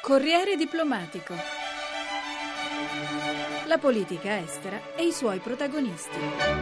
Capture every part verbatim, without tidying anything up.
Corriere diplomatico. La politica estera e i suoi protagonisti.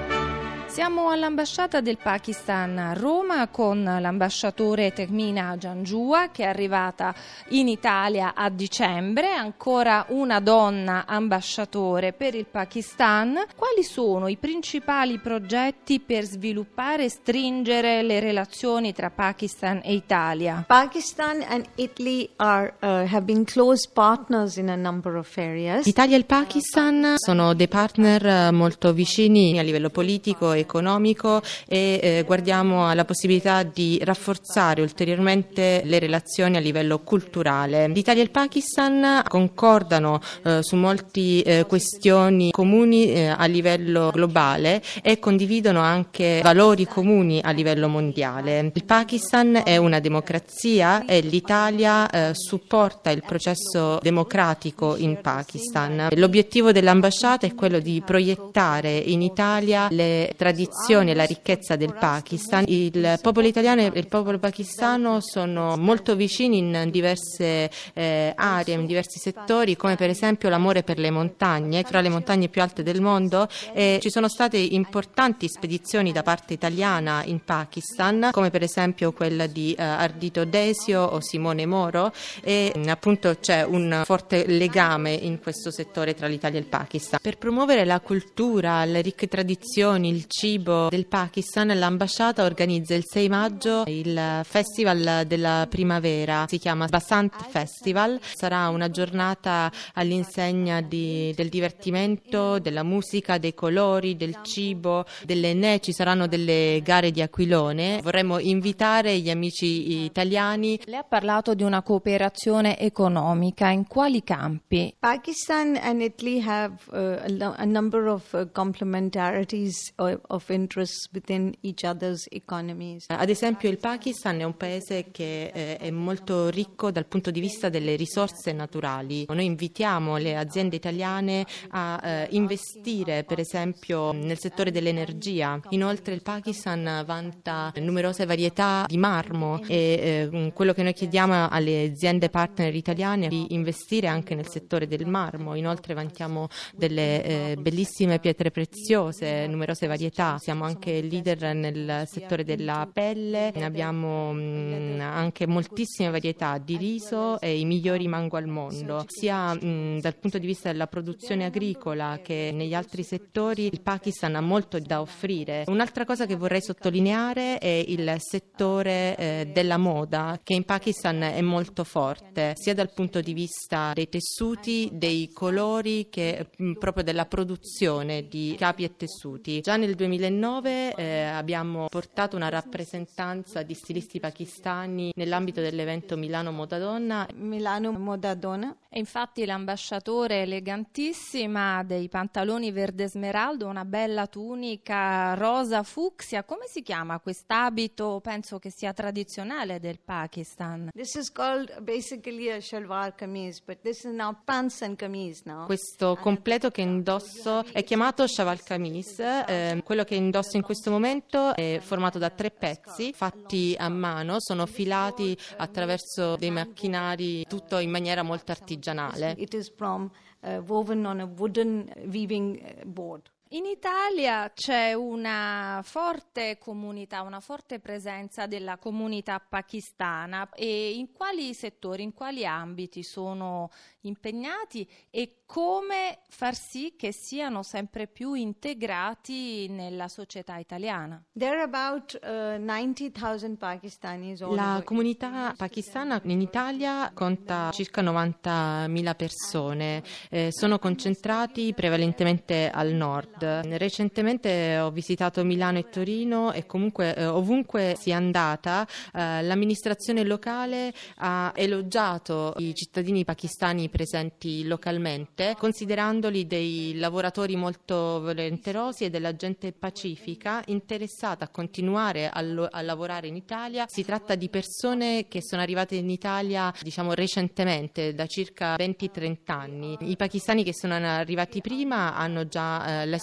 Siamo all'ambasciata del Pakistan a Roma con l'ambasciatore Tehmina Janjua, che è arrivata in Italia a dicembre, ancora una donna ambasciatore per il Pakistan. Quali sono i principali progetti per sviluppare e stringere le relazioni tra Pakistan e Italia? Pakistan and Italy are, uh, have been close partners in a number of areas. L'Italia e il Pakistan sono dei partner molto vicini a livello politico, economico e eh, guardiamo alla possibilità di rafforzare ulteriormente le relazioni a livello culturale. L'Italia e il Pakistan concordano eh, su molte eh, questioni comuni eh, a livello globale e condividono anche valori comuni a livello mondiale. Il Pakistan è una democrazia e l'Italia eh, supporta il processo democratico in Pakistan. L'obiettivo dell'ambasciata è quello di proiettare in Italia le tradizioni e la ricchezza del Pakistan. Il popolo italiano e il popolo pakistano sono molto vicini in diverse eh, aree, in diversi settori, come per esempio l'amore per le montagne, tra le montagne più alte del mondo, e ci sono state importanti spedizioni da parte italiana in Pakistan, come per esempio quella di eh, Ardito Desio o Simone Moro, e appunto c'è un forte legame in questo settore tra l'Italia e il Pakistan. Per promuovere la cultura, le ricche tradizioni, il cibo del Pakistan, l'ambasciata organizza il sei maggio il Festival della Primavera, si chiama Basant Festival. Sarà una giornata all'insegna di, del divertimento, della musica, dei colori, del cibo, delle ne, ci saranno delle gare di aquilone. Vorremmo invitare gli amici italiani. Lei ha parlato di una cooperazione economica, in quali campi? Pakistan and Italy have uh, a, a number of uh, complementarities of, of interests within each other's economies. Ad esempio il Pakistan è un paese che eh, è molto ricco dal punto di vista delle risorse naturali. Noi invitiamo le aziende italiane a eh, investire per esempio nel settore dell'energia. Inoltre il Pakistan vanta numerose varietà di marmo e eh, quello che noi chiediamo alle aziende partner italiane è di investire anche nel settore del marmo. Inoltre vantiamo delle eh, bellissime pietre preziose, numerose varietà. Siamo anche leader nel settore della pelle, abbiamo mh, anche moltissime varietà di riso e i migliori mango al mondo. Sia mh, dal punto di vista della produzione agricola che negli altri settori il Pakistan ha molto da offrire. Un'altra cosa che vorrei sottolineare è il settore eh, della moda, che in Pakistan è molto forte, sia dal punto di vista dei tessuti, dei colori, che mh, proprio della produzione di capi e tessuti. Già nel duemilanove eh, abbiamo portato una rappresentanza di stilisti pakistani nell'ambito dell'evento Milano Moda Donna. Milano Moda Donna. E infatti l'ambasciatore elegantissima, ha dei pantaloni verde smeraldo, una bella tunica rosa fucsia. Come si chiama quest'abito? Penso che sia tradizionale del Pakistan. This is called basically a shalwar kameez, but this is now pants and kameez now. Questo completo che indosso è chiamato Shawal Kameez. Eh, quello che indosso in questo momento è formato da tre pezzi fatti a mano, sono filati attraverso dei macchinari, tutto in maniera molto artigianale. It is from uh, woven on a wooden weaving board. In Italia c'è una forte comunità, una forte presenza della comunità pakistana. E in quali settori, in quali ambiti sono impegnati e come far sì che siano sempre più integrati nella società italiana? There are about uh, ninety thousand Pakistanis all La over. comunità pakistana in Italia conta circa novantamila persone, eh, sono concentrati prevalentemente al nord. Recentemente ho visitato Milano e Torino e comunque eh, ovunque sia andata eh, l'amministrazione locale ha elogiato i cittadini pakistani presenti localmente, considerandoli dei lavoratori molto volenterosi e della gente pacifica interessata a continuare a, lo- a lavorare in Italia. Si tratta di persone che sono arrivate in Italia diciamo recentemente, da circa venti trenta anni. I pakistani che sono arrivati prima hanno già eh, l'esercizio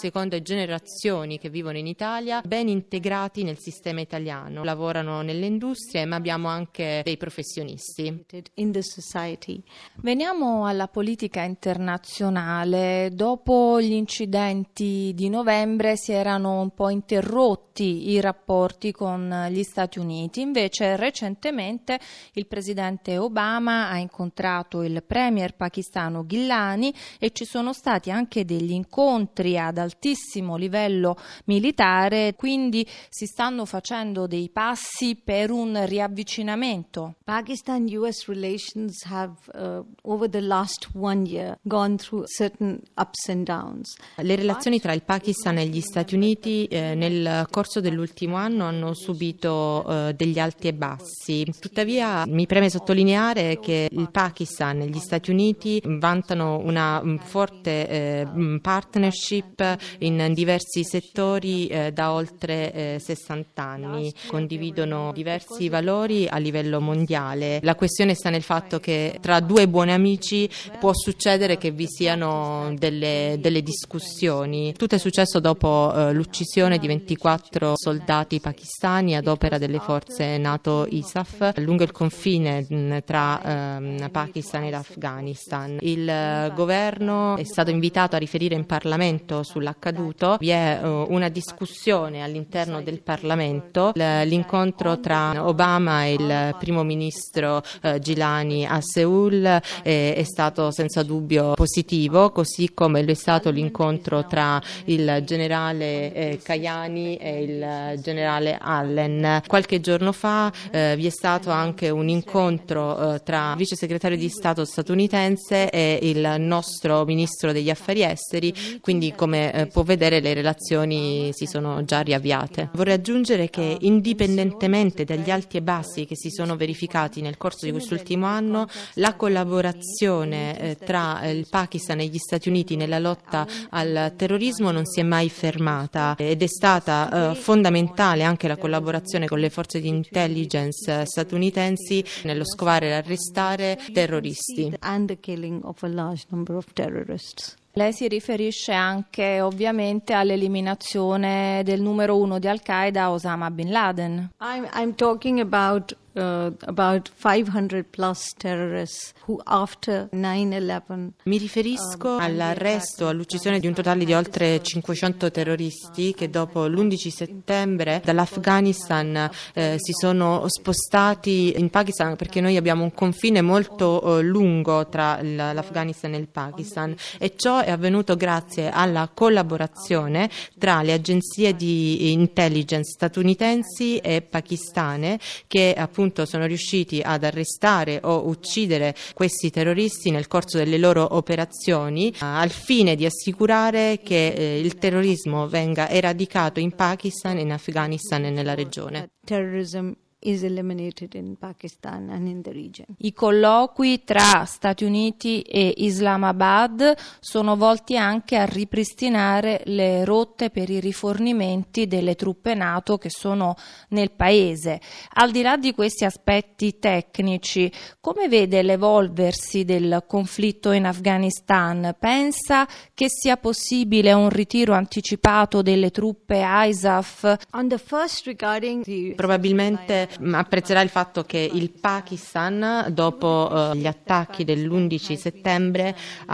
seconde generazioni che vivono in Italia, ben integrati nel sistema italiano, lavorano nelle industrie, ma abbiamo anche dei professionisti. In the society. Veniamo alla politica internazionale. Dopo gli incidenti di novembre si erano un po' interrotti i rapporti con gli Stati Uniti, invece recentemente il presidente Obama ha incontrato il premier pakistano Gillani e ci sono stati anche degli incontri ad altissimo livello militare, quindi si stanno facendo dei passi per un riavvicinamento. Pakistan-U S relations have, uh, over the last one year, gone through certain ups and downs. Le relazioni tra il Pakistan e gli Stati Uniti eh, nel corso dell'ultimo anno hanno subito eh, degli alti e bassi. Tuttavia mi preme sottolineare che il Pakistan e gli Stati Uniti vantano una um, forte eh, partnership in diversi settori eh, da oltre eh, sessanta anni. Condividono diversi valori a livello mondiale. La questione sta nel fatto che tra due buoni amici può succedere che vi siano delle, delle discussioni. Tutto è successo dopo eh, l'uccisione di ventiquattro soldati pakistani ad opera delle forze NATO I S A F lungo il confine mh, tra ehm, Pakistan ed Afghanistan. Il eh, governo è stato invitato a riferire in Parlamento sull'accaduto. Vi è eh, una discussione all'interno del Parlamento. L- l'incontro tra Obama e il primo ministro eh, Gilani a Seul eh, è stato senza dubbio positivo, così come lo è stato l'incontro tra il generale eh, Kayani e il generale Allen. Qualche giorno fa eh, vi è stato anche un incontro eh, tra il vice segretario di Stato statunitense e il nostro ministro degli affari esteri, quindi come eh, può vedere le relazioni si sono già riavviate. Vorrei aggiungere che indipendentemente dagli alti e bassi che si sono verificati nel corso di quest'ultimo anno, la collaborazione eh, tra il Pakistan e gli Stati Uniti nella lotta al terrorismo non si è mai fermata ed è stata eh, fondamentale anche la collaborazione con le forze di intelligence statunitensi nello scovare e arrestare terroristi. And the killing of a large number of terrorists. Lei si riferisce anche ovviamente all'eliminazione del numero uno di Al-Qaeda, Osama Bin Laden. I'm, I'm talking about uh, about five hundred plus terrorists who after nine eleven. Mi riferisco all'arresto, all'uccisione di un totale di oltre cinquecento terroristi che dopo l'undici settembre dall'Afghanistan eh, si sono spostati in Pakistan, perché noi abbiamo un confine molto eh, lungo tra l'Afghanistan e il Pakistan, e ciò è avvenuto grazie alla collaborazione tra le agenzie di intelligence statunitensi e pakistane, che appunto sono riusciti ad arrestare o uccidere questi terroristi nel corso delle loro operazioni, al fine di assicurare che eh, il terrorismo venga eradicato in Pakistan, in Afghanistan e nella regione. Terrorism is eliminated in Pakistan and in the region. I colloqui tra Stati Uniti e Islamabad sono volti anche a ripristinare le rotte per i rifornimenti delle truppe NATO che sono nel paese. Al di là di questi aspetti tecnici, come vede l'evolversi del conflitto in Afghanistan? Pensa che sia possibile un ritiro anticipato delle truppe I S A F? On the first regarding the Probabilmente apprezzerà il fatto che il Pakistan, dopo uh, gli attacchi dell'undici settembre,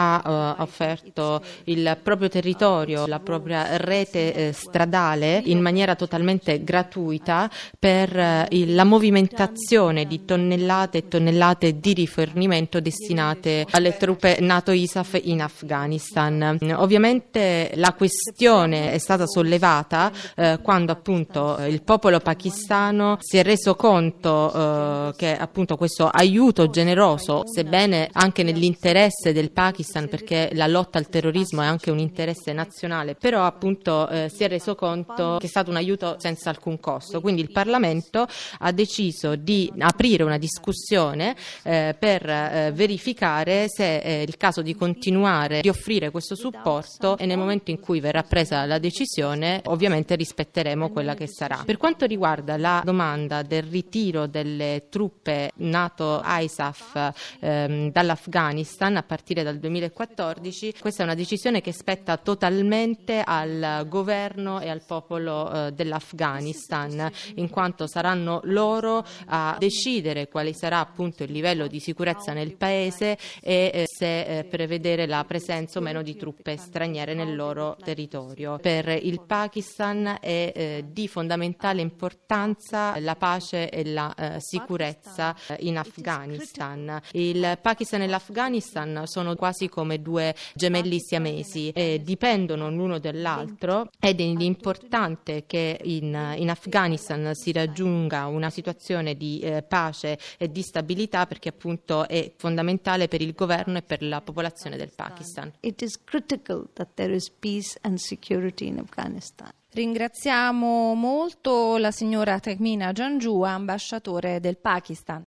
ha uh, offerto il proprio territorio, la propria rete eh, stradale in maniera totalmente gratuita per uh, il, la movimentazione di tonnellate e tonnellate di rifornimento destinate alle truppe NATO I S A F in Afghanistan. Ovviamente la questione è stata sollevata eh, quando appunto il popolo pakistano si è reso conto eh, che appunto questo aiuto generoso, sebbene anche nell'interesse del Pakistan, perché la lotta al terrorismo è anche un interesse nazionale, però appunto eh, si è reso conto che è stato un aiuto senza alcun costo. Quindi il Parlamento ha deciso di aprire una discussione eh, per eh, verificare se è il caso di continuare di offrire questo supporto, e nel momento in cui verrà presa la decisione ovviamente rispetteremo quella che sarà. Per quanto riguarda la domanda del ritiro delle truppe NATO ISAF ehm, dall'Afghanistan a partire dal duemilaquattordici. Questa è una decisione che spetta totalmente al governo e al popolo eh, dell'Afghanistan, in quanto saranno loro a decidere quale sarà appunto il livello di sicurezza nel paese e eh, se eh, prevedere la presenza o meno di truppe straniere nel loro territorio. Per il Pakistan è eh, di fondamentale importanza la pace e la eh, sicurezza eh, in Afghanistan. Il Pakistan e l'Afghanistan sono quasi come due gemelli siamesi e dipendono l'uno dall'altro, ed è importante che in, in Afghanistan si raggiunga una situazione di eh, pace e di stabilità, perché appunto è fondamentale per il governo e per la popolazione del Pakistan. It is critical that there is peace and security in Afghanistan. Ringraziamo molto la signora Tehmina Janjua, ambasciatore del Pakistan.